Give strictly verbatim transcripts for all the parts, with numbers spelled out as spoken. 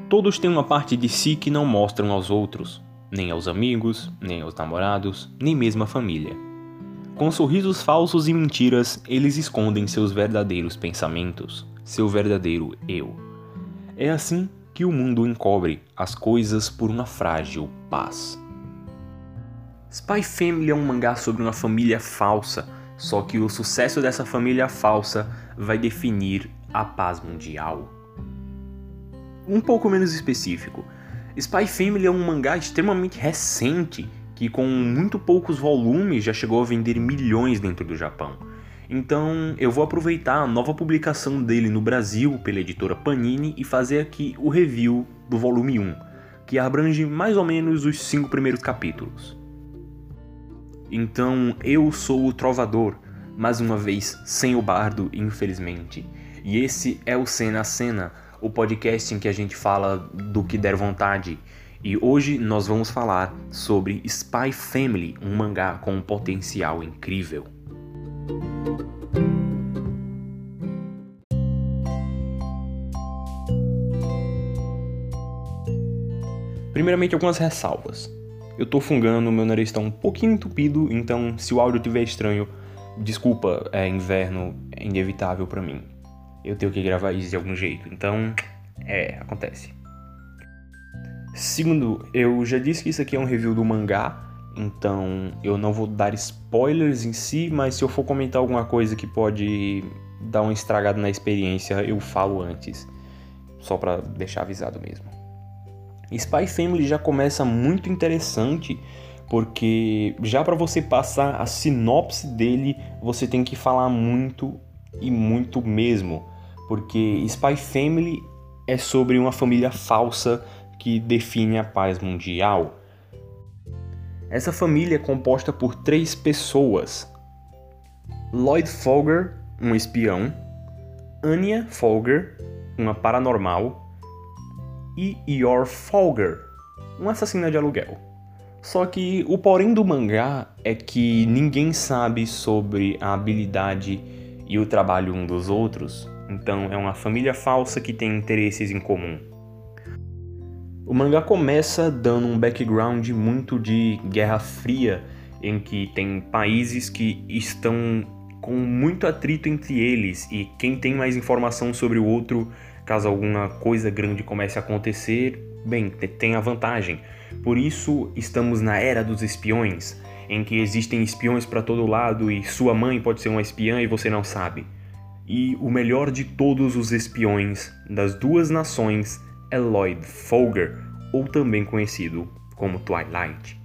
Todos têm uma parte de si que não mostram aos outros, nem aos amigos, nem aos namorados, nem mesmo à família. Com sorrisos falsos e mentiras, eles escondem seus verdadeiros pensamentos, seu verdadeiro eu. É assim que o mundo encobre as coisas por uma frágil paz. Spy Family é um mangá sobre uma família falsa, só que o sucesso dessa família falsa vai definir a paz mundial. Um pouco menos específico, Spy Family é um mangá extremamente recente, que com muito poucos volumes já chegou a vender milhões dentro do Japão. Então eu vou aproveitar a nova publicação dele no Brasil pela editora Panini e fazer aqui o review do volume um, que abrange mais ou menos os cinco primeiros capítulos. Então eu sou o Trovador, mais uma vez sem o bardo, infelizmente, e esse é o Cena a Cena, o podcast em que a gente fala do que der vontade. E hoje nós vamos falar sobre Spy Family, um mangá com um potencial incrível. Primeiramente, algumas ressalvas. Eu tô fungando, meu nariz está um pouquinho entupido, então se o áudio estiver estranho, desculpa, é inverno, é inevitável pra mim. Eu tenho que gravar isso de algum jeito, então, é, acontece. Segundo, eu já disse que isso aqui é um review do mangá, então eu não vou dar spoilers em si, mas se eu for comentar alguma coisa que pode dar uma estragada na experiência, eu falo antes, só pra deixar avisado mesmo. Spy Family já começa muito interessante, porque já pra você passar a sinopse dele, você tem que falar muito e muito mesmo, porque Spy Family é sobre uma família falsa que define a paz mundial. Essa família é composta por três pessoas: Lloyd Folger, um espião, Anya Folger, uma paranormal, e Yor Folger, um assassino de aluguel. Só que o porém do mangá é que ninguém sabe sobre a habilidade e o trabalho um dos outros, então é uma família falsa que tem interesses em comum. O mangá começa dando um background muito de Guerra Fria, em que tem países que estão com muito atrito entre eles e quem tem mais informação sobre o outro, caso alguma coisa grande comece a acontecer, bem, tem a vantagem. Por isso estamos na era dos espiões, em que existem espiões para todo lado e sua mãe pode ser uma espiã e você não sabe. E o melhor de todos os espiões das duas nações é Lloyd Folger, ou também conhecido como Twilight.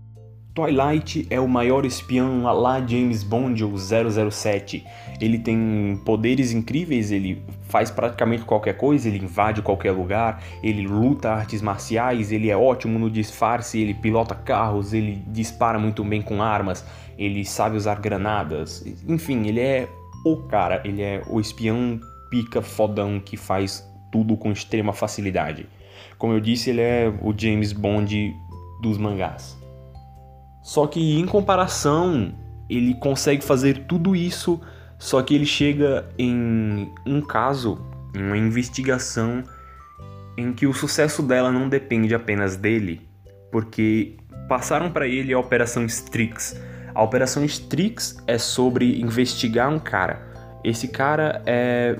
Twilight é o maior espião à la James Bond ou zero zero sete. Ele tem poderes incríveis, ele faz praticamente qualquer coisa, ele invade qualquer lugar, ele luta artes marciais, ele é ótimo no disfarce, ele pilota carros, ele dispara muito bem com armas, ele sabe usar granadas, enfim, ele é o cara, ele é o espião pica fodão que faz tudo com extrema facilidade. Como eu disse, ele é o James Bond dos mangás. Só que em comparação, ele consegue fazer tudo isso, só que ele chega em um caso, em uma investigação, em que o sucesso dela não depende apenas dele, porque passaram para ele a Operação Strix. A Operação Strix é sobre investigar um cara. Esse cara é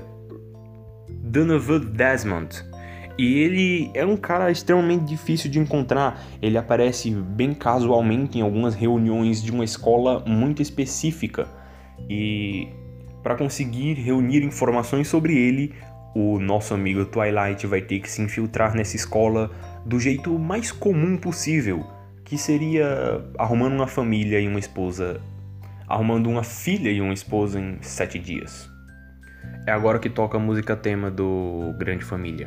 Donovan Desmond. E ele é um cara extremamente difícil de encontrar. Ele aparece bem casualmente em algumas reuniões de uma escola muito específica. E para conseguir reunir informações sobre ele, o nosso amigo Twilight vai ter que se infiltrar nessa escola do jeito mais comum possível, que seria arrumando uma família e uma esposa, arrumando uma filha e uma esposa em sete dias. É agora que toca a música tema do Grande Família.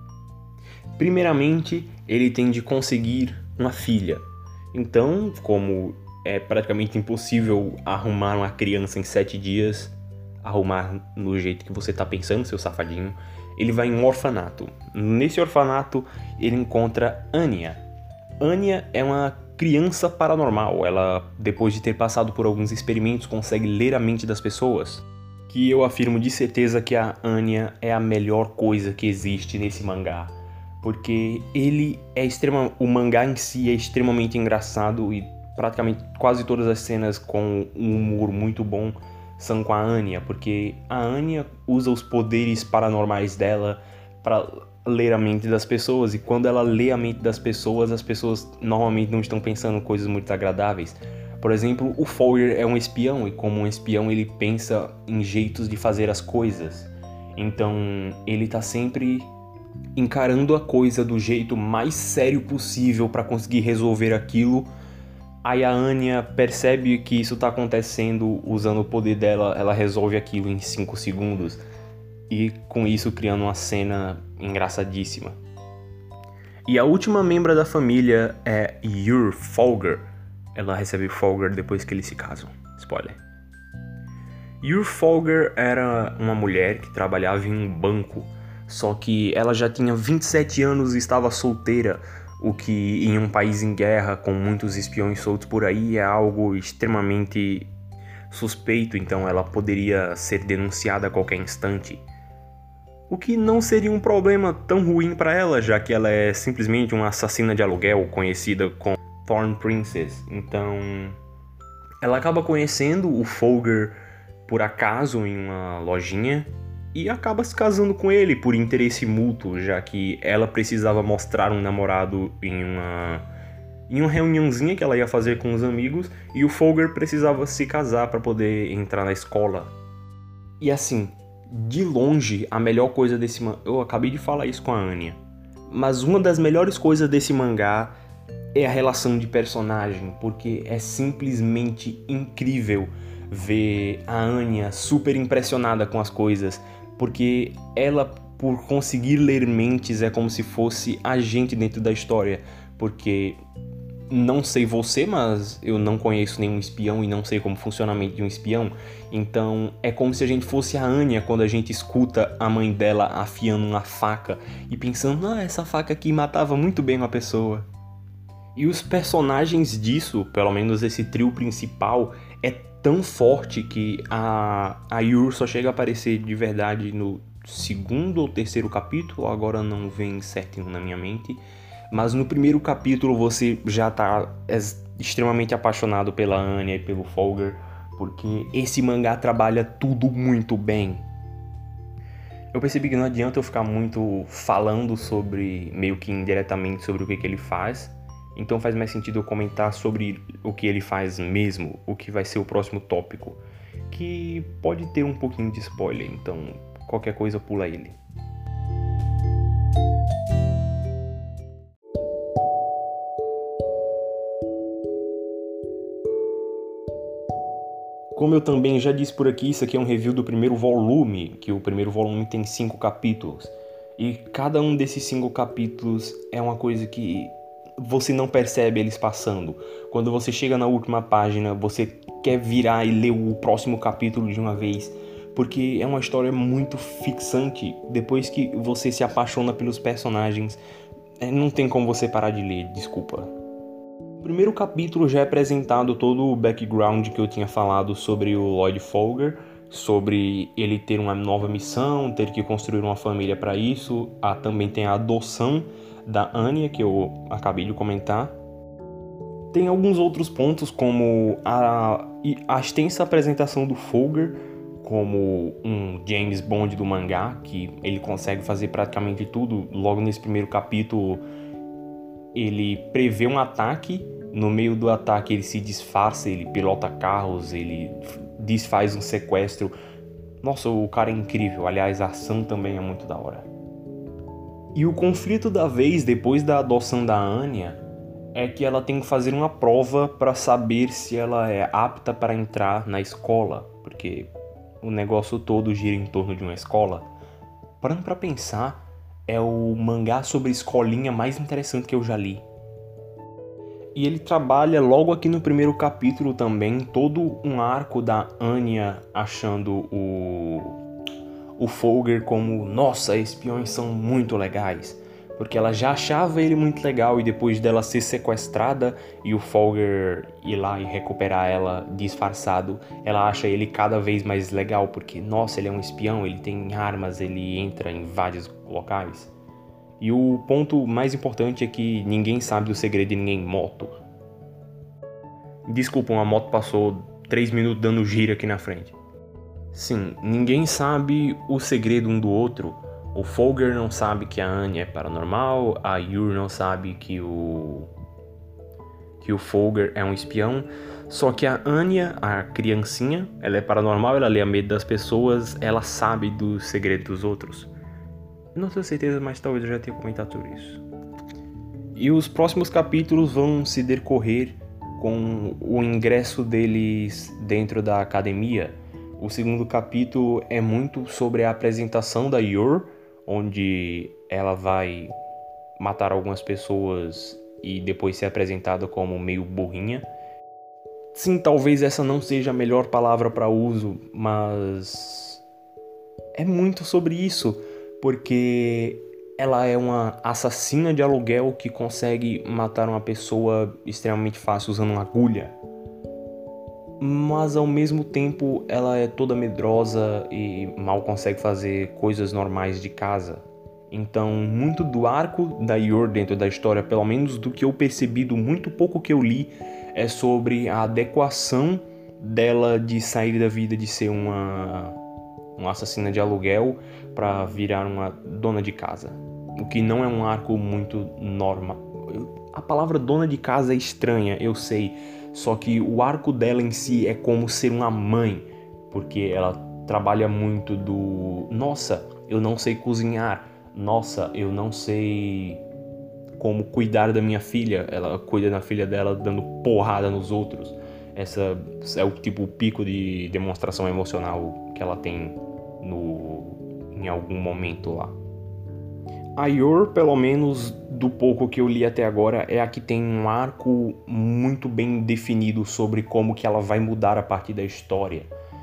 Primeiramente, ele tem de conseguir uma filha. Então, como é praticamente impossível arrumar uma criança em sete dias, arrumar no jeito que você está pensando, seu safadinho, ele vai em um orfanato. Nesse orfanato, ele encontra Anya. Anya é uma criança paranormal. Ela, depois de ter passado por alguns experimentos, consegue ler a mente das pessoas. Que eu afirmo de certeza que a Anya é a melhor coisa que existe nesse mangá. porque ele é extrema, o mangá em si é extremamente engraçado e praticamente quase todas as cenas com um humor muito bom são com a Anya, porque a Anya usa os poderes paranormais dela para ler a mente das pessoas, e quando ela lê a mente das pessoas, as pessoas normalmente não estão pensando coisas muito agradáveis. Por exemplo, o Folger é um espião, e como um espião ele pensa em jeitos de fazer as coisas. Então ele tá sempre encarando a coisa do jeito mais sério possível para conseguir resolver aquilo. Aí a Anya percebe que isso tá acontecendo, usando o poder dela, ela resolve aquilo em cinco segundos. E com isso criando uma cena engraçadíssima. E a última membra da família é Yor Folger. Ela recebe Folger depois que eles se casam. Spoiler. Yor Folger era uma mulher que trabalhava em um banco, só que ela já tinha vinte e sete anos e estava solteira, o que em um país em guerra com muitos espiões soltos por aí é algo extremamente suspeito, então ela poderia ser denunciada a qualquer instante. O que não seria um problema tão ruim para ela, já que ela é simplesmente uma assassina de aluguel conhecida como Thorn Princess. Então, ela acaba conhecendo o Folger por acaso em uma lojinha e acaba se casando com ele por interesse mútuo, já que ela precisava mostrar um namorado em uma, em uma reuniãozinha que ela ia fazer com os amigos, e o Folger precisava se casar para poder entrar na escola. E assim, de longe, a melhor coisa desse mangá... Eu acabei de falar isso com a Anya, mas uma das melhores coisas desse mangá é a relação de personagem, porque é simplesmente incrível ver a Anya super impressionada com as coisas, porque ela, por conseguir ler mentes, é como se fosse a gente dentro da história, porque não sei você, mas eu não conheço nenhum espião e não sei como funciona a mente de um espião, então é como se a gente fosse a Anya quando a gente escuta a mãe dela afiando uma faca e pensando, ah, essa faca aqui matava muito bem uma pessoa. E os personagens disso, pelo menos esse trio principal, é tão forte que a, a Yor só chega a aparecer de verdade no segundo ou terceiro capítulo, agora não vem certinho na minha mente, mas no primeiro capítulo você já tá extremamente apaixonado pela Anya e pelo Folger, porque esse mangá trabalha tudo muito bem. Eu percebi que não adianta eu ficar muito falando sobre, meio que indiretamente, sobre o que, que ele faz. Então faz mais sentido eu comentar sobre o que ele faz mesmo, o que vai ser o próximo tópico, que pode ter um pouquinho de spoiler, então qualquer coisa pula ele. Como eu também já disse por aqui, isso aqui é um review do primeiro volume, que o primeiro volume tem cinco capítulos. E cada um desses cinco capítulos é uma coisa que você não percebe eles passando. Quando você chega na última página, você quer virar e ler o próximo capítulo de uma vez, porque é uma história muito fixante. Depois que você se apaixona pelos personagens, não tem como você parar de ler, desculpa. No primeiro capítulo já é apresentado todo o background que eu tinha falado sobre o Lloyd Folger, sobre ele ter uma nova missão, ter que construir uma família para isso. Ah, também tem a adoção da Anya, que eu acabei de comentar. Tem alguns outros pontos, como a, a extensa apresentação do Folger como um James Bond do mangá, que ele consegue fazer praticamente tudo. Logo nesse primeiro capítulo, ele prevê um ataque, no meio do ataque ele se disfarça, ele pilota carros, ele desfaz um sequestro. Nossa, o cara é incrível, aliás, a ação também é muito da hora. E o conflito da vez, depois da adoção da Anya, é que ela tem que fazer uma prova para saber se ela é apta para entrar na escola, porque o negócio todo gira em torno de uma escola. Parando para pensar, é o mangá sobre escolinha mais interessante que eu já li. E ele trabalha logo aqui no primeiro capítulo também todo um arco da Anya achando o, o Folger como, nossa, espiões são muito legais. Porque ela já achava ele muito legal, e depois dela ser sequestrada e o Folger ir lá e recuperar ela disfarçado, ela acha ele cada vez mais legal, porque, nossa, ele é um espião, ele tem armas, ele entra em vários locais. E o ponto mais importante é que ninguém sabe do segredo de ninguém moto. Desculpa, uma moto passou três minutos dando giro aqui na frente. Sim, ninguém sabe o segredo um do outro. O Folger não sabe que a Anya é paranormal, a Yor não sabe que o que o Folger é um espião. Só que a Anya, a criancinha, ela é paranormal, ela lê a medo das pessoas, ela sabe do segredo dos outros. Eu não tenho certeza, mas talvez eu já tenha comentado sobre isso. E os próximos capítulos vão se decorrer com o ingresso deles dentro da academia. O segundo capítulo é muito sobre a apresentação da Yor, onde ela vai matar algumas pessoas e depois ser apresentada como meio burrinha. Sim, talvez essa não seja a melhor palavra para uso, mas é muito sobre isso, porque ela é uma assassina de aluguel que consegue matar uma pessoa extremamente fácil usando uma agulha. Mas ao mesmo tempo ela é toda medrosa e mal consegue fazer coisas normais de casa. Então, muito do arco da Yor dentro da história, pelo menos do que eu percebi, do muito pouco que eu li, é sobre a adequação dela de sair da vida de ser uma, uma assassina de aluguel para virar uma dona de casa. O que não é um arco muito normal. A palavra dona de casa é estranha, eu sei. Só que o arco dela em si é como ser uma mãe, porque ela trabalha muito do nossa, eu não sei cozinhar, nossa, eu não sei como cuidar da minha filha, ela cuida da filha dela dando porrada nos outros. Essa é o tipo o pico de demonstração emocional que ela tem no, em algum momento lá. A Yor, pelo menos do pouco que eu li até agora, é a que tem um arco muito bem definido sobre como que ela vai mudar a partir da história.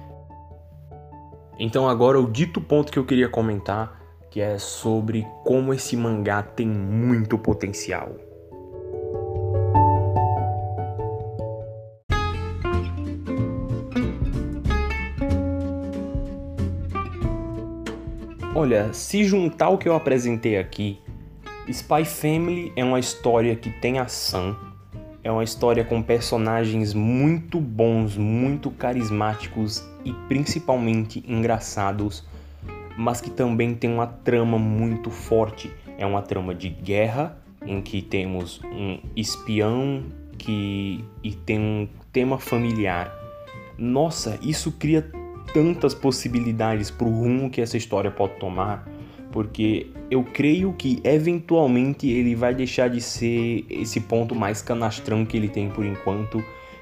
Então agora o dito ponto que eu queria comentar, que é sobre como esse mangá tem muito potencial. Olha, se juntar o que eu apresentei aqui, Spy Family é uma história que tem ação, é uma história com personagens muito bons, muito carismáticos e principalmente engraçados, mas que também tem uma trama muito forte. É uma trama de guerra, em que temos um espião que... e tem um tema familiar. Nossa, isso cria tantas possibilidades para o rumo que essa história pode tomar, porque eu creio que eventualmente ele vai deixar de ser esse ponto mais canastrão que ele tem por enquanto,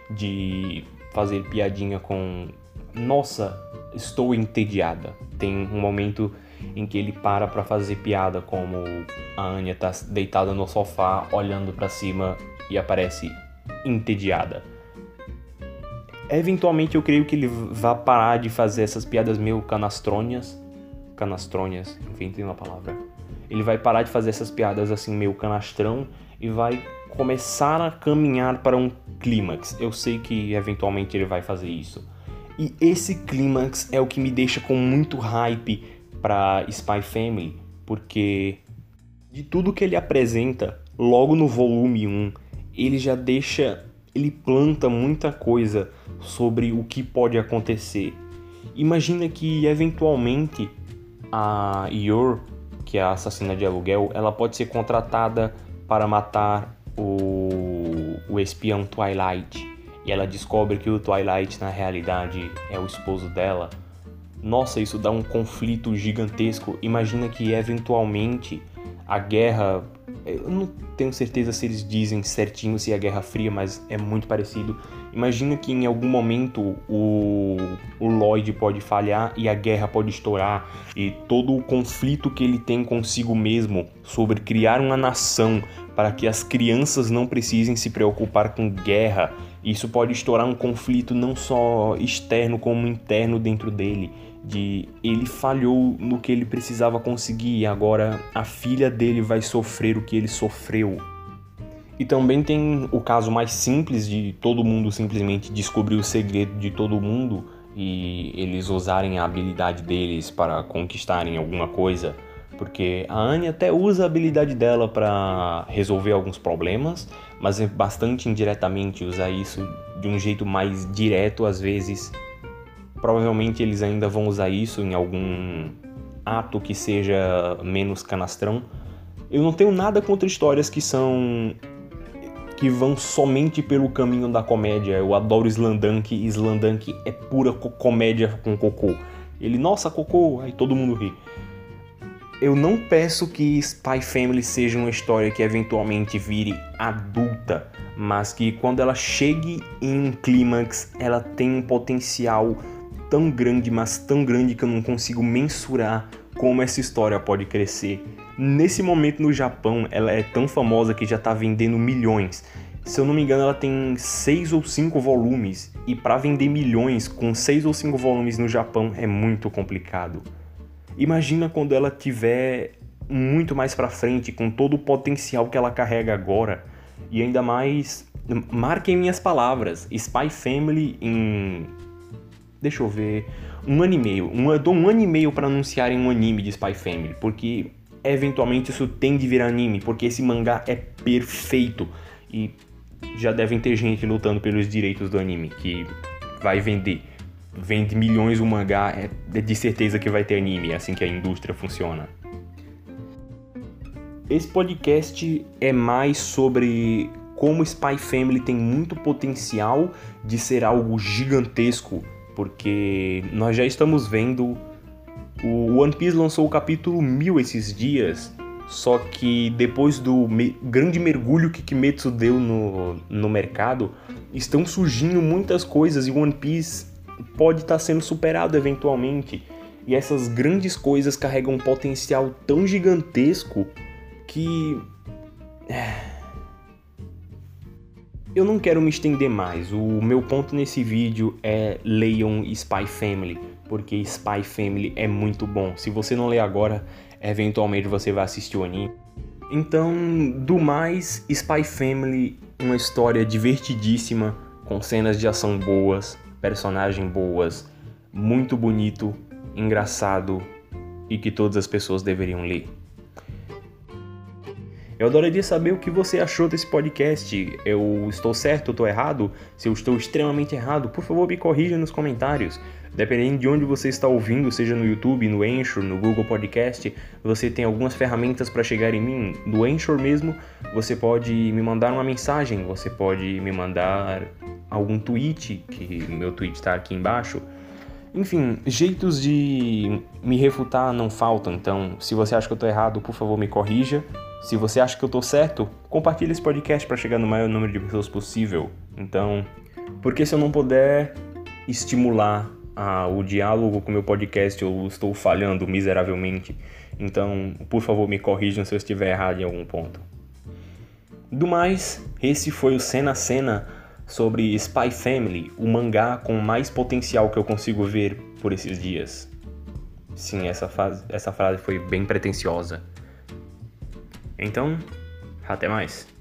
de fazer piadinha com nossa, estou entediada. Tem um momento em que ele para para fazer piada, como a Anya tá deitada no sofá olhando para cima e aparece entediada. Eventualmente eu creio que ele vai parar de fazer essas piadas meio canastrônias. Canastrônias, inventei uma palavra. Ele vai parar de fazer essas piadas assim meio canastrão e vai começar a caminhar para um clímax. Eu sei que eventualmente ele vai fazer isso. E esse clímax é o que me deixa com muito hype para Spy Family, porque de tudo que ele apresenta, logo no volume um, ele já deixa... ele planta muita coisa sobre o que pode acontecer. Imagina que, eventualmente, a Yor, que é a assassina de aluguel, ela pode ser contratada para matar o, o espião Twilight. E ela descobre que o Twilight, na realidade, é o esposo dela. Nossa, isso dá um conflito gigantesco. Imagina que, eventualmente, a guerra... eu não tenho certeza se eles dizem certinho se é a Guerra Fria, mas é muito parecido. Imagina que em algum momento o, o Lloyd pode falhar e a guerra pode estourar. E todo o conflito que ele tem consigo mesmo sobre criar uma nação para que as crianças não precisem se preocupar com guerra. Isso pode estourar um conflito não só externo como interno dentro dele. De ele falhou no que ele precisava conseguir e agora a filha dele vai sofrer o que ele sofreu. E também tem o caso mais simples de todo mundo simplesmente descobrir o segredo de todo mundo e eles usarem a habilidade deles para conquistarem alguma coisa. Porque a Anne até usa a habilidade dela para resolver alguns problemas, mas é bastante indiretamente usar isso de um jeito mais direto às vezes. Provavelmente eles ainda vão usar isso em algum ato que seja menos canastrão. Eu não tenho nada contra histórias que são... que vão somente pelo caminho da comédia. Eu adoro Slamdunk, e Slamdunk é pura co- comédia com cocô. Ele, nossa, cocô, aí todo mundo ri. Eu não peço que Spy Family seja uma história que eventualmente vire adulta, mas que quando ela chegue em um clímax, ela tem um potencial tão grande, mas tão grande que eu não consigo mensurar como essa história pode crescer. Nesse momento no Japão, ela é tão famosa que já está vendendo milhões. Se eu não me engano, ela tem seis ou cinco volumes, e para vender milhões com seis ou cinco volumes no Japão é muito complicado. Imagina quando ela tiver muito mais pra frente, com todo o potencial que ela carrega agora. E ainda mais, marquem minhas palavras, Spy Family em... deixa eu ver... um ano e meio. Um, eu dou um ano e meio pra anunciarem um anime de Spy Family, porque eventualmente isso tem de virar anime, porque esse mangá é perfeito. E já devem ter gente lutando pelos direitos do anime, que vai vender. Vende milhões o mangá, é de certeza que vai ter anime, é assim que a indústria funciona. Esse podcast é mais sobre como Spy Family tem muito potencial de ser algo gigantesco, porque nós já estamos vendo... O One Piece lançou o capítulo mil esses dias, só que depois do me- grande mergulho que Kimetsu deu no, no mercado, estão surgindo muitas coisas e o One Piece pode estar sendo superado eventualmente. E essas grandes coisas carregam um potencial tão gigantesco que... eu não quero me estender mais. O meu ponto nesse vídeo é leiam Spy Family, porque Spy Family é muito bom. Se você não ler agora, eventualmente você vai assistir o anime. Então, do mais, Spy Family, uma história divertidíssima, com cenas de ação boas, personagens boas, muito bonito, engraçado e que todas as pessoas deveriam ler. Eu adoraria saber o que você achou desse podcast. Eu estou certo, eu estou errado? Se eu estou extremamente errado, por favor me corrija nos comentários. Dependendo de onde você está ouvindo, seja no YouTube, no Anchor, no Google Podcast, você tem algumas ferramentas para chegar em mim. No Anchor mesmo, você pode me mandar uma mensagem, você pode me mandar algum tweet, que meu tweet está aqui embaixo. Enfim, jeitos de me refutar não faltam, então se você acha que eu estou errado, por favor me corrija. Se você acha que eu estou certo, compartilhe esse podcast para chegar no maior número de pessoas possível. Então, porque se eu não puder estimular a, o diálogo com o meu podcast, eu estou falhando miseravelmente. Então, por favor, me corrijam se eu estiver errado em algum ponto. Do mais, esse foi o Cena a Cena sobre Spy Family, o mangá com mais potencial que eu consigo ver por esses dias. Sim, essa, fase, essa frase foi bem pretensiosa. Então, até mais.